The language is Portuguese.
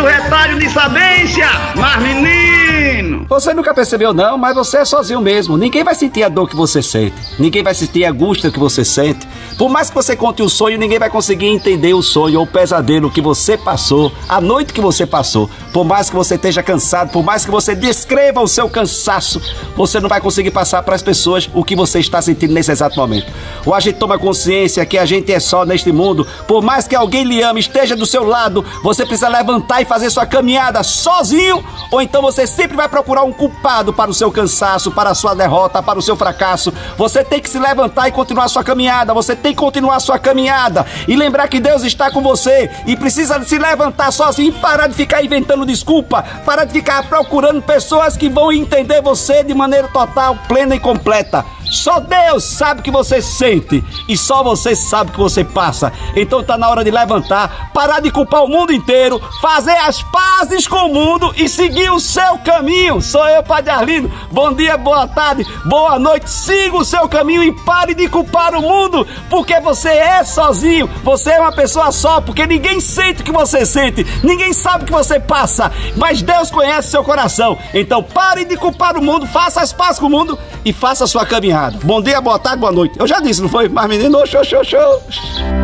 do retalho de sabência. Mas menino, você nunca percebeu não, mas você é sozinho mesmo. Ninguém vai sentir a dor que você sente. Ninguém vai sentir a angústia que você sente. Por mais que você conte o sonho, ninguém vai conseguir entender o sonho ou o pesadelo que você passou, a noite que você passou. Por mais que você esteja cansado, por mais que você descreva o seu cansaço, você não vai conseguir passar para as pessoas o que você está sentindo nesse exato momento. Ou a gente toma consciência que a gente é só neste mundo. Por mais que alguém lhe ame, esteja do seu lado, você precisa levantar e fazer sua caminhada sozinho, ou então você sempre vai procurar um culpado para o seu cansaço, para a sua derrota, para o seu fracasso. Você tem que se levantar e continuar sua caminhada. Você tem que continuar sua caminhada e lembrar que Deus está com você e precisa se levantar sozinho e parar de ficar inventando desculpa, parar de ficar procurando pessoas que vão entender você de maneira total, plena e completa. Só Deus sabe o que você sente e só você sabe o que você passa. Então tá na hora de levantar, parar de culpar o mundo inteiro, fazer as pazes com o mundo e seguir o seu caminho. Sou eu, Padre Arlindo. Bom dia, boa tarde, boa noite. Siga o seu caminho e pare de culpar o mundo, porque você é sozinho, você é uma pessoa só, porque ninguém sente o que você sente, ninguém sabe o que você passa, mas Deus conhece seu coração. Então pare de culpar o mundo, faça as pazes com o mundo e faça a sua caminhada. Bom dia, boa tarde, boa noite. Eu já disse, não foi? Mas menino, show.